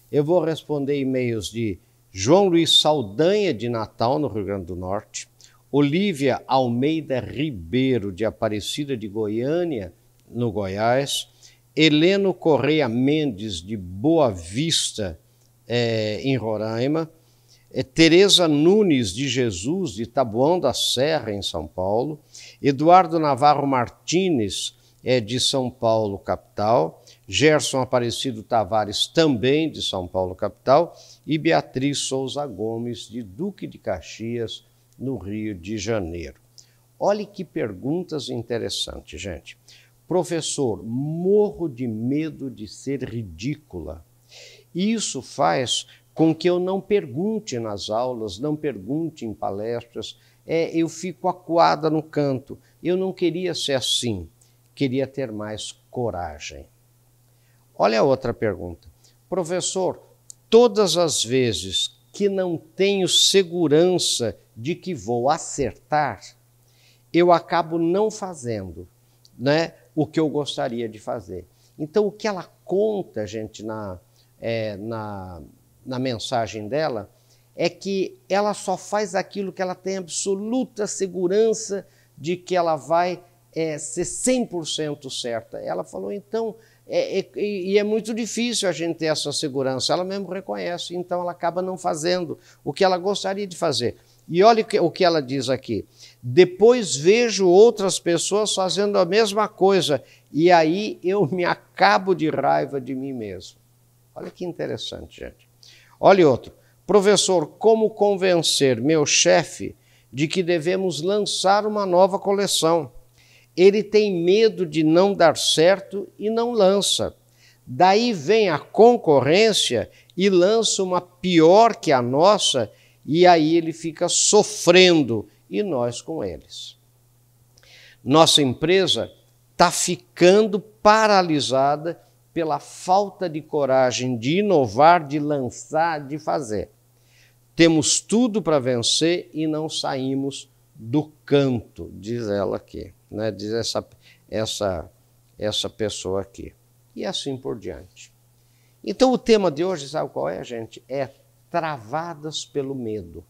Eu vou responder e-mails de João Luiz Saldanha, de Natal, no Rio Grande do Norte, Olívia Almeida Ribeiro, de Aparecida de Goiânia, no Goiás, Heleno Correia Mendes, de Boa Vista, em Roraima, Tereza Nunes de Jesus, de Taboão da Serra, em São Paulo, Eduardo Navarro Martins, de São Paulo, capital, Gerson Aparecido Tavares, também de São Paulo, capital, e Beatriz Souza Gomes, de Duque de Caxias, no Rio de Janeiro. Olhe que perguntas interessantes, gente. Professor, morro de medo de ser ridícula. Isso faz com que eu não pergunte nas aulas, não pergunte em palestras, eu fico acuada no canto. Eu não queria ser assim, queria ter mais coragem. Olha a outra pergunta. Professor, todas as vezes que não tenho segurança de que vou acertar, eu acabo não fazendo, né, o que eu gostaria de fazer. Então, o que ela conta, gente, na mensagem dela, é que ela só faz aquilo que ela tem absoluta segurança de que ela vai ser 100% certa. Ela falou, então, e é muito difícil a gente ter essa segurança, ela mesmo reconhece, então ela acaba não fazendo o que ela gostaria de fazer. E olha o que ela diz aqui, depois vejo outras pessoas fazendo a mesma coisa, e aí eu me acabo de raiva de mim mesmo. Olha que interessante, gente. Olha outro. Professor, como convencer meu chefe de que devemos lançar uma nova coleção? Ele tem medo de não dar certo e não lança. Daí vem a concorrência e lança uma pior que a nossa, e aí ele fica sofrendo, e nós com eles. Nossa empresa está ficando paralisada pela falta de coragem de inovar, de lançar, de fazer. Temos tudo para vencer e não saímos do canto, diz ela aqui, né? Diz essa pessoa aqui. E assim por diante. Então o tema de hoje, sabe qual é, gente? É travadas pelo medo.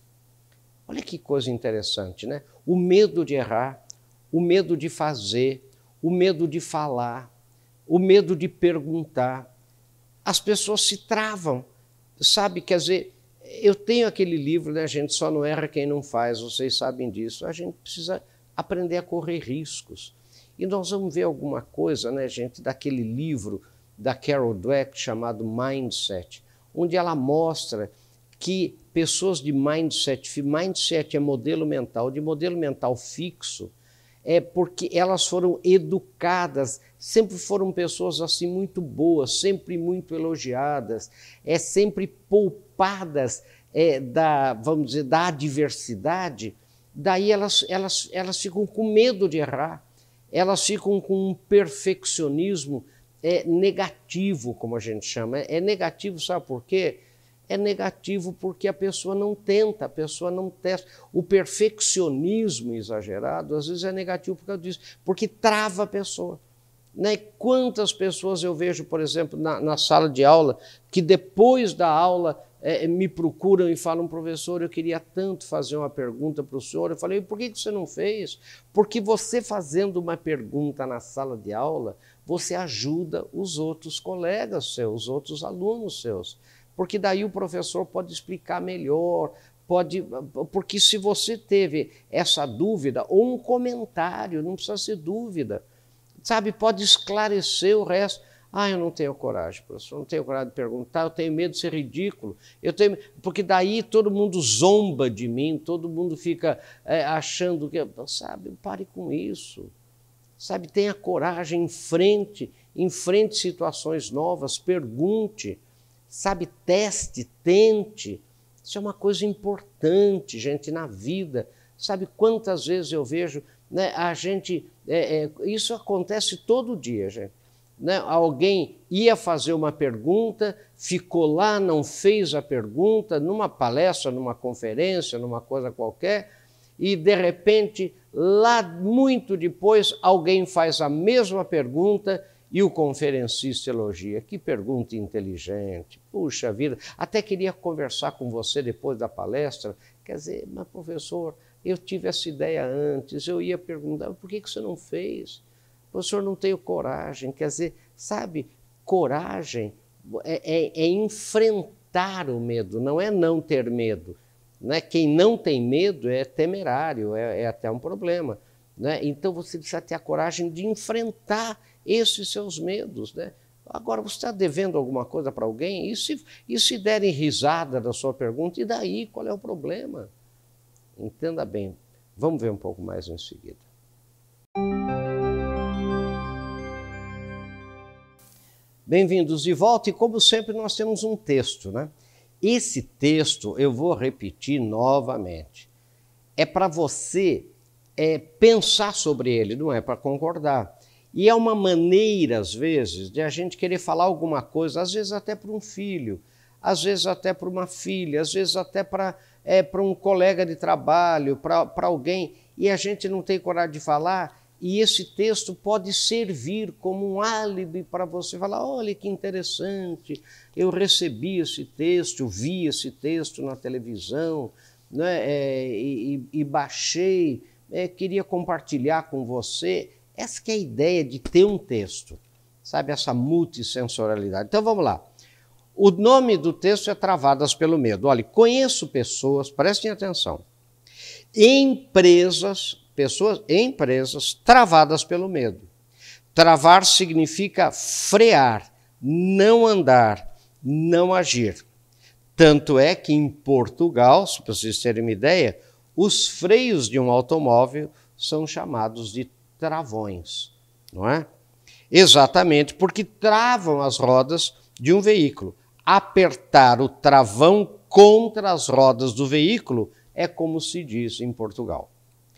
Olha que coisa interessante, né? O medo de errar, o medo de fazer, o medo de falar, o medo de perguntar. As pessoas se travam, sabe? Quer dizer, eu tenho aquele livro, né, gente? Só não erra quem não faz, vocês sabem disso. A gente precisa aprender a correr riscos. E nós vamos ver alguma coisa, né, gente, daquele livro da Carol Dweck chamado Mindset, onde ela mostra que pessoas de mindset é modelo mental, de modelo mental fixo, é porque elas foram educadas, sempre foram pessoas assim muito boas, sempre muito elogiadas, sempre poupadas vamos dizer, da adversidade. Daí elas ficam com medo de errar, elas ficam com um perfeccionismo negativo, como a gente chama. É negativo, sabe por quê? É negativo porque a pessoa não tenta, a pessoa não testa. O perfeccionismo exagerado, às vezes é negativo por causa disso, porque trava a pessoa. Né? Quantas pessoas eu vejo, por exemplo, na sala de aula, que depois da aula me procuram e falam, professor, eu queria tanto fazer uma pergunta para o senhor. Eu falei, por que você não fez? Porque você fazendo uma pergunta na sala de aula, você ajuda os outros colegas seus, os outros alunos seus. Porque daí o professor pode explicar melhor, porque se você teve essa dúvida, ou um comentário, não precisa ser dúvida, sabe, pode esclarecer o resto. Eu não tenho coragem, professor, não tenho coragem de perguntar, eu tenho medo de ser ridículo, porque daí todo mundo zomba de mim, todo mundo fica achando que, sabe, pare com isso, sabe, tenha coragem, enfrente situações novas, pergunte, sabe, teste, tente. Isso é uma coisa importante, gente, na vida. Sabe quantas vezes eu vejo, né, a gente... isso acontece todo dia, gente. Né? Alguém ia fazer uma pergunta, ficou lá, não fez a pergunta, numa palestra, numa conferência, numa coisa qualquer, e, de repente, lá muito depois, alguém faz a mesma pergunta E o conferencista elogia. Que pergunta inteligente. Puxa vida, até queria conversar com você depois da palestra. Quer dizer, mas professor, eu tive essa ideia antes, eu ia perguntar, por que você não fez? Professor, não tenho coragem. Quer dizer, sabe, coragem é enfrentar o medo, não é não ter medo. Né? Quem não tem medo é temerário, é até um problema. Né? Então você precisa ter a coragem de enfrentar esses seus medos. Né? Agora, você está devendo alguma coisa para alguém? E se derem risada da sua pergunta? E daí? Qual é o problema? Entenda bem. Vamos ver um pouco mais em seguida. Bem-vindos de volta, e como sempre nós temos um texto, né? Esse texto eu vou repetir novamente. É para você pensar sobre ele, não é para concordar. E é uma maneira, às vezes, de a gente querer falar alguma coisa, às vezes até para um filho, às vezes até para uma filha, às vezes até para um colega de trabalho, para alguém, e a gente não tem coragem de falar. E esse texto pode servir como um álibi para você falar, olha que interessante, eu recebi esse texto, vi esse texto na televisão, né, e baixei, queria compartilhar com você. Essa que é a ideia de ter um texto, sabe, essa multissensorialidade. Então vamos lá. O nome do texto é Travadas pelo Medo. Olha, conheço pessoas, prestem atenção, empresas travadas pelo medo. Travar significa frear, não andar, não agir. Tanto é que em Portugal, se vocês terem uma ideia, os freios de um automóvel são chamados de travões, não é? Exatamente porque travam as rodas de um veículo. Apertar o travão contra as rodas do veículo é como se diz em Portugal.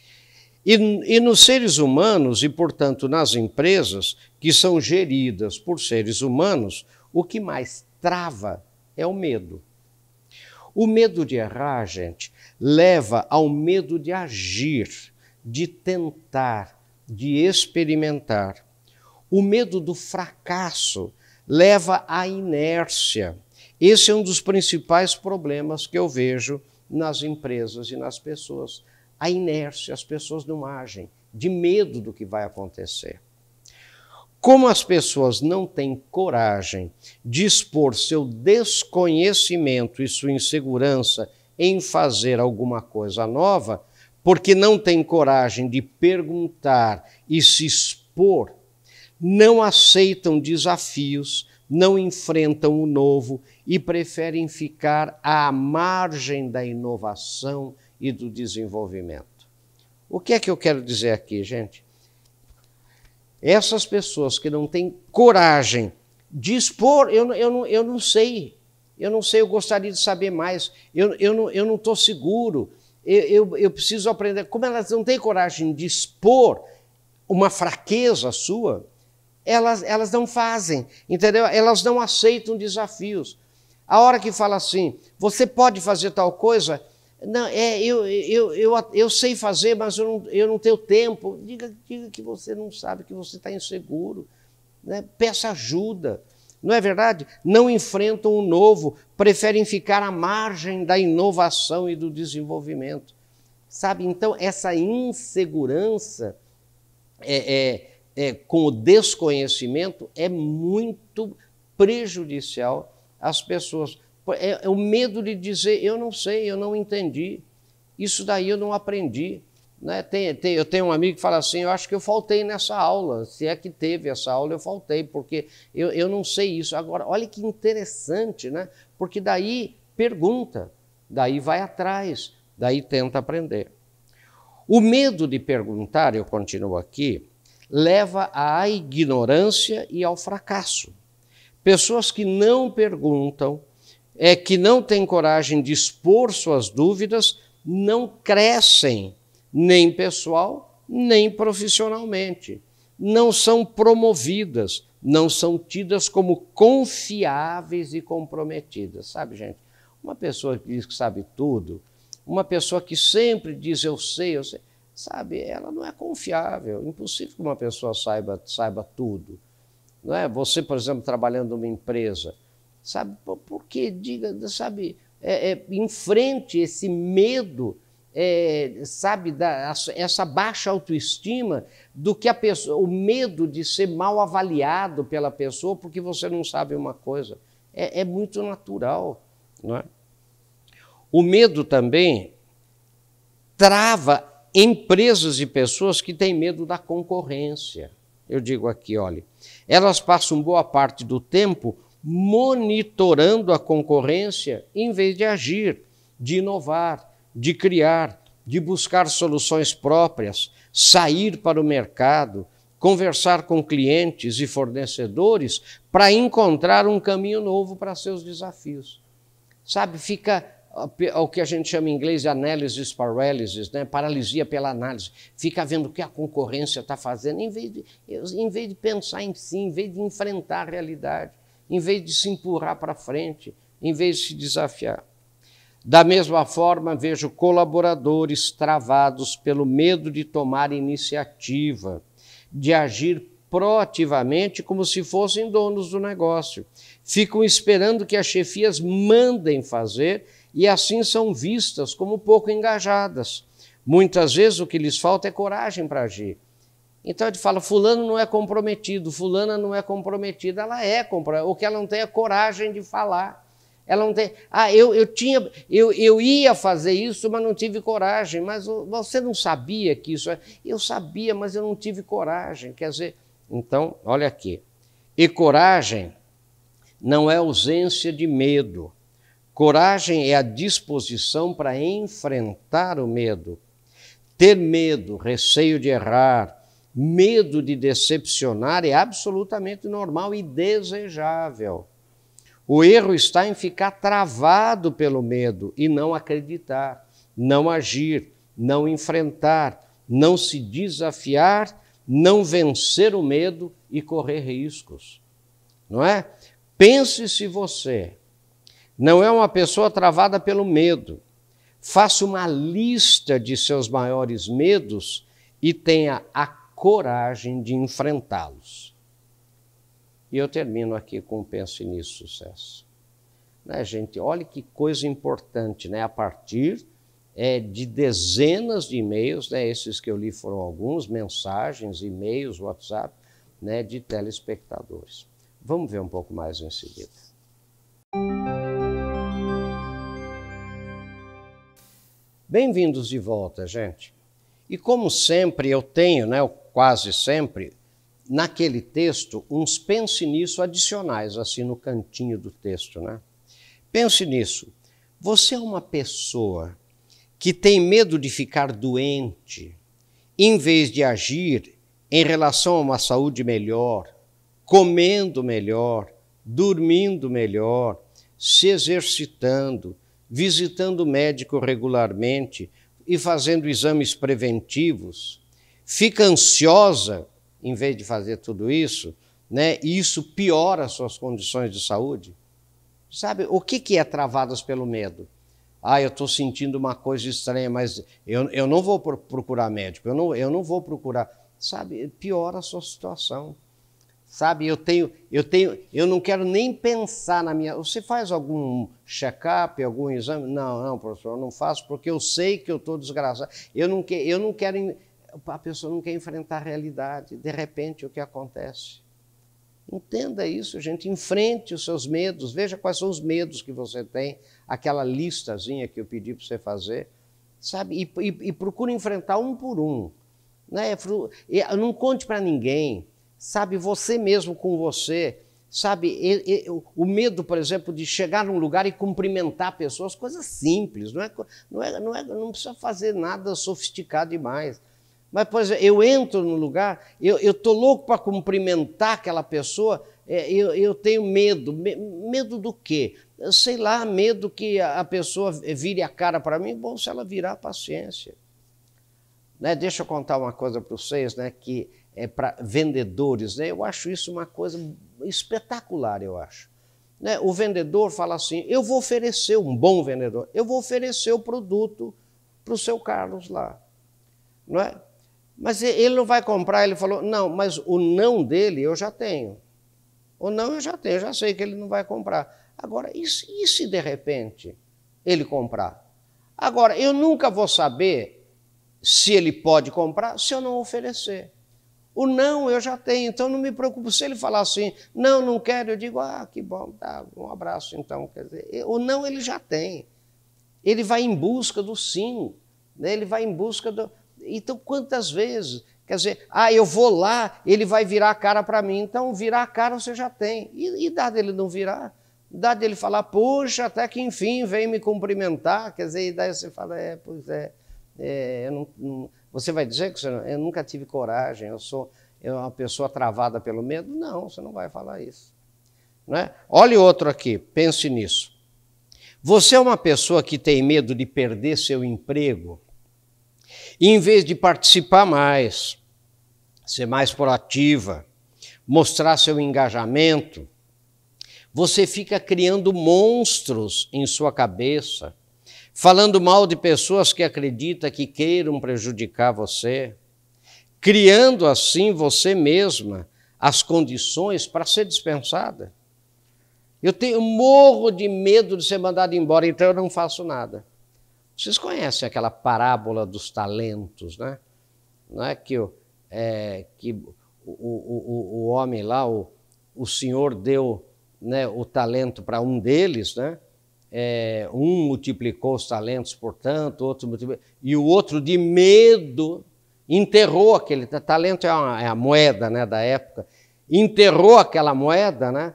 E nos seres humanos, e portanto nas empresas que são geridas por seres humanos, o que mais trava é o medo. O medo de errar, gente, leva ao medo de agir, de tentar, de experimentar. O medo do fracasso leva à inércia. Esse é um dos principais problemas que eu vejo nas empresas e nas pessoas. A inércia, as pessoas não agem, de medo do que vai acontecer. Como as pessoas não têm coragem de expor seu desconhecimento e sua insegurança em fazer alguma coisa nova, porque não têm coragem de perguntar e se expor, não aceitam desafios, não enfrentam o novo e preferem ficar à margem da inovação e do desenvolvimento. O que é que eu quero dizer aqui, gente? Essas pessoas que não têm coragem de expor, eu não sei, eu gostaria de saber mais, eu não estou seguro, eu preciso aprender. Como elas não têm coragem de expor uma fraqueza sua, elas não fazem, entendeu? Elas não aceitam desafios. A hora que fala assim, você pode fazer tal coisa, não, eu sei fazer, mas eu não tenho tempo. Diga que você não sabe, que você está inseguro. Né? Peça ajuda, não é verdade? Não enfrentam o novo, preferem ficar à margem da inovação e do desenvolvimento. Sabe, então, essa insegurança com o desconhecimento é muito prejudicial às pessoas. É o medo de dizer, eu não sei, eu não entendi, isso daí eu não aprendi. Né? Eu tenho um amigo que fala assim, eu acho que eu faltei nessa aula, se é que teve essa aula, eu faltei, porque eu não sei isso. Agora, olha que interessante, né? Porque daí pergunta, daí vai atrás, daí tenta aprender. O medo de perguntar, eu continuo aqui, leva à ignorância e ao fracasso. Pessoas que não perguntam, que não têm coragem de expor suas dúvidas, não crescem, nem pessoal, nem profissionalmente. Não são promovidas, não são tidas como confiáveis e comprometidas. Sabe, gente? Uma pessoa que diz que sabe tudo, uma pessoa que sempre diz eu sei, sabe, ela não é confiável. É impossível que uma pessoa saiba tudo. não é? Você, por exemplo, trabalhando numa empresa, sabe, por quê? Diga, sabe, enfrente esse medo, sabe, essa baixa autoestima do que a pessoa, o medo de ser mal avaliado pela pessoa porque você não sabe uma coisa. É muito natural, não é? O medo também trava empresas e pessoas que têm medo da concorrência. Eu digo aqui, olha, elas passam boa parte do tempo monitorando a concorrência em vez de agir, de inovar, de criar, de buscar soluções próprias, sair para o mercado, conversar com clientes e fornecedores para encontrar um caminho novo para seus desafios. Sabe, fica o que a gente chama em inglês de analysis paralysis, né? Paralisia pela análise. Fica vendo o que a concorrência está fazendo, em vez de pensar em si, em vez de enfrentar a realidade, em vez de se empurrar para frente, em vez de se desafiar. Da mesma forma, vejo colaboradores travados pelo medo de tomar iniciativa, de agir proativamente como se fossem donos do negócio. Ficam esperando que as chefias mandem fazer e assim são vistas como pouco engajadas. Muitas vezes o que lhes falta é coragem para agir. Então ele fala, fulano não é comprometido, fulana não é comprometida. Ela é comprometida, o que ela não tem é coragem de falar. Ela não tem, eu ia fazer isso, mas não tive coragem. Mas você não sabia que isso é? Eu sabia, mas eu não tive coragem. Quer dizer, então, olha aqui. E coragem não é ausência de medo. Coragem é a disposição para enfrentar o medo. Ter medo, receio de errar, medo de decepcionar é absolutamente normal e desejável. O erro está em ficar travado pelo medo e não acreditar, não agir, não enfrentar, não se desafiar, não vencer o medo e correr riscos. Não é? Pense se você não é uma pessoa travada pelo medo. Faça uma lista de seus maiores medos e tenha a coragem de enfrentá-los. E eu termino aqui com Pense Nisso, Sucesso. Né, gente? Olha que coisa importante, né? A partir de dezenas de e-mails, né? Esses que eu li foram alguns, mensagens, e-mails, WhatsApp, né? De telespectadores. Vamos ver um pouco mais em seguida. Bem-vindos de volta, gente. E como sempre eu tenho, né? Quase sempre, naquele texto, uns pense nisso adicionais, assim no cantinho do texto, né? Pense nisso. Você é uma pessoa que tem medo de ficar doente, em vez de agir em relação a uma saúde melhor, comendo melhor, dormindo melhor, se exercitando, visitando o médico regularmente e fazendo exames preventivos. Fica ansiosa em vez de fazer tudo isso, né? E isso piora as suas condições de saúde. Sabe, o que é travadas pelo medo? Eu estou sentindo uma coisa estranha, mas eu não vou procurar médico, eu não vou procurar. Sabe, piora a sua situação. Sabe, eu não quero nem pensar na minha... Você faz algum check-up, algum exame? Não, professor, eu não faço porque eu sei que eu estou desgraçado. Eu não quero... A pessoa não quer enfrentar a realidade. De repente, o que acontece? Entenda isso, gente. Enfrente os seus medos. Veja quais são os medos que você tem. Aquela listazinha que eu pedi para você fazer. Sabe? E procure enfrentar um por um. Né? Não conte para ninguém. Sabe? Você mesmo com você. Sabe? O medo, por exemplo, de chegar num lugar e cumprimentar pessoas. Coisas simples. Não precisa fazer nada sofisticado demais. Mas, por exemplo, eu entro no lugar, eu estou louco para cumprimentar aquela pessoa, eu tenho medo. Medo do quê? Sei lá, medo que a pessoa vire a cara para mim. Bom, se ela virar, paciência. Né? Deixa eu contar uma coisa para vocês, né, que é para vendedores. Né? Eu acho isso uma coisa espetacular, eu acho. Né? O vendedor fala assim, eu vou oferecer, um bom vendedor, eu vou oferecer o produto para o seu Carlos lá. Não é? Mas ele não vai comprar, ele falou, não, mas o não dele eu já tenho. O não eu já tenho, eu já sei que ele não vai comprar. Agora, e se de repente ele comprar? Agora, eu nunca vou saber se ele pode comprar se eu não oferecer. O não eu já tenho, então não me preocupo. Se ele falar assim, não, não quero, eu digo, que bom, tá, um abraço então. Quer dizer, o não ele já tem. Ele vai em busca do sim, né? Ele vai em busca do... Então, quantas vezes? Quer dizer, eu vou lá, ele vai virar a cara para mim. Então, virar a cara você já tem. E dá dele não virar? Dá dele falar, puxa, até que enfim vem me cumprimentar. Quer dizer, e daí você fala, pois é, eu não, você vai dizer que eu nunca tive coragem, eu sou uma pessoa travada pelo medo? Não, você não vai falar isso. Não é? Olhe outro aqui, pense nisso. Você é uma pessoa que tem medo de perder seu emprego e, em vez de participar mais, ser mais proativa, mostrar seu engajamento, você fica criando monstros em sua cabeça, falando mal de pessoas que acredita que queiram prejudicar você, criando assim você mesma as condições para ser dispensada. Eu morro de medo de ser mandado embora, então eu não faço nada. Vocês conhecem aquela parábola dos talentos, né? Não é que o homem lá, o senhor deu, né, o talento para um deles, né? Um multiplicou os talentos, portanto, outro multiplicou, e o outro, de medo, enterrou aquele talento, é a moeda, né, da época, enterrou aquela moeda, né?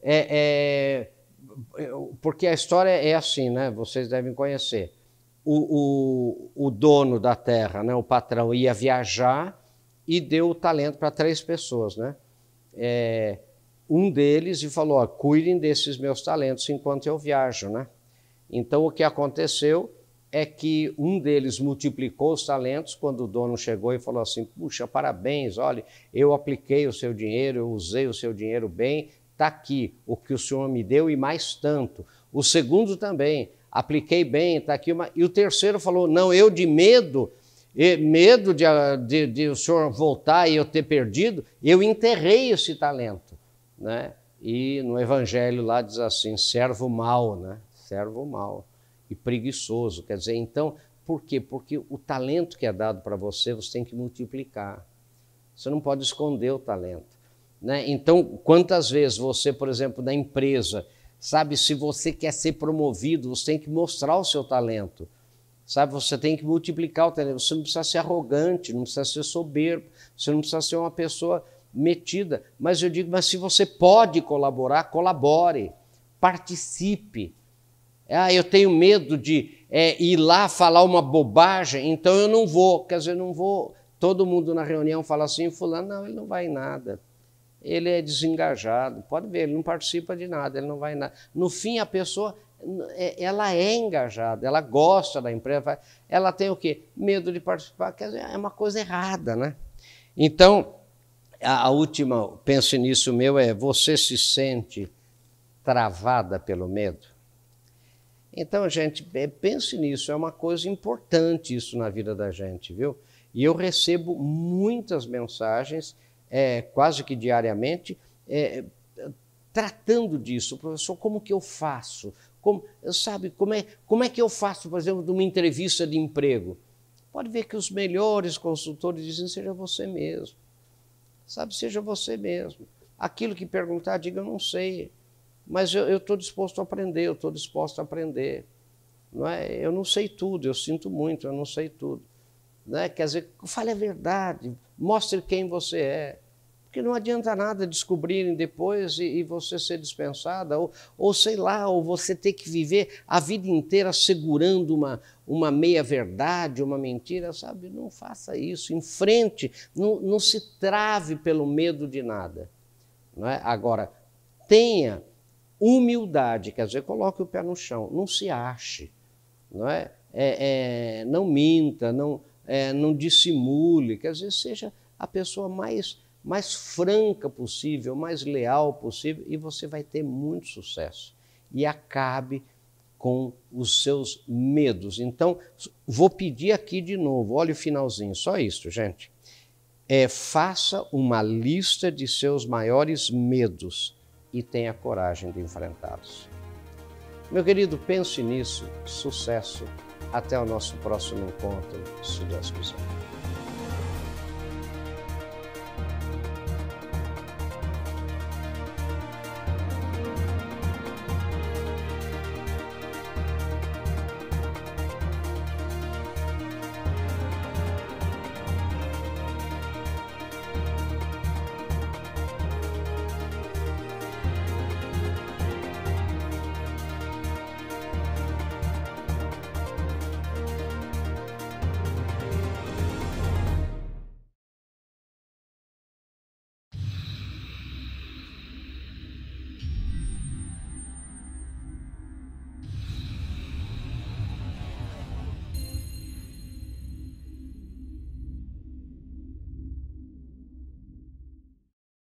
Porque a história é assim, né? Vocês devem conhecer. O dono da terra, né, o patrão, ia viajar e deu o talento para 3 pessoas, né? Um deles e falou, cuidem desses meus talentos enquanto eu viajo, né? Então, o que aconteceu é que um deles multiplicou os talentos quando o dono chegou e falou assim, puxa, parabéns, olha, eu apliquei o seu dinheiro, eu usei o seu dinheiro bem, está aqui o que o senhor me deu e mais tanto. O segundo também, apliquei bem, está aqui. E o terceiro falou, não, eu de medo de o senhor voltar e eu ter perdido, eu enterrei esse talento. Né? E no evangelho lá diz assim, servo mau, né? Servo mau e preguiçoso. Quer dizer, então, por quê? Porque o talento que é dado para você, você tem que multiplicar. Você não pode esconder o talento. Né? Então, quantas vezes você, por exemplo, na empresa, sabe, se você quer ser promovido, você tem que mostrar o seu talento. Sabe, você tem que multiplicar o talento. Você não precisa ser arrogante, não precisa ser soberbo, você não precisa ser uma pessoa metida. Mas eu digo, mas se você pode colaborar, colabore, participe. Eu tenho medo de ir lá falar uma bobagem, então eu não vou. Quer dizer, não vou. Todo mundo na reunião fala assim, fulano, não, ele não vai em nada. Ele é desengajado, pode ver, ele não participa de nada, ele não vai em nada. No fim, a pessoa, ela é engajada, ela gosta da empresa, ela tem o quê? Medo de participar, quer dizer, é uma coisa errada, né? Então, a última, pense nisso meu, você se sente travada pelo medo? Então, gente, pense nisso, é uma coisa importante isso na vida da gente, viu? E eu recebo muitas mensagens, quase que diariamente, tratando disso. Professor, como que eu faço? Como é que eu faço, por exemplo, de uma entrevista de emprego? Pode ver que os melhores consultores dizem, seja você mesmo. Sabe, seja você mesmo. Aquilo que perguntar, diga, eu não sei. Mas eu estou disposto a aprender, eu estou disposto a aprender. Não é? Eu não sei tudo, eu sinto muito, eu não sei tudo. Não é? Quer dizer, fale a verdade, mostre quem você é. Porque não adianta nada descobrirem depois e você ser dispensada, ou sei lá, ou você ter que viver a vida inteira segurando uma meia-verdade, uma mentira, sabe? Não faça isso, enfrente, não se trave pelo medo de nada. Não é? Agora, tenha humildade, quer dizer, coloque o pé no chão, não se ache, não é? Não minta, não dissimule, quer dizer, seja a pessoa mais franca possível, mais leal possível, e você vai ter muito sucesso. E acabe com os seus medos. Então, vou pedir aqui de novo, olha o finalzinho, só isso, gente. Faça uma lista de seus maiores medos e tenha coragem de enfrentá-los. Meu querido, pense nisso. Sucesso. Até o nosso próximo encontro, se Deus quiser.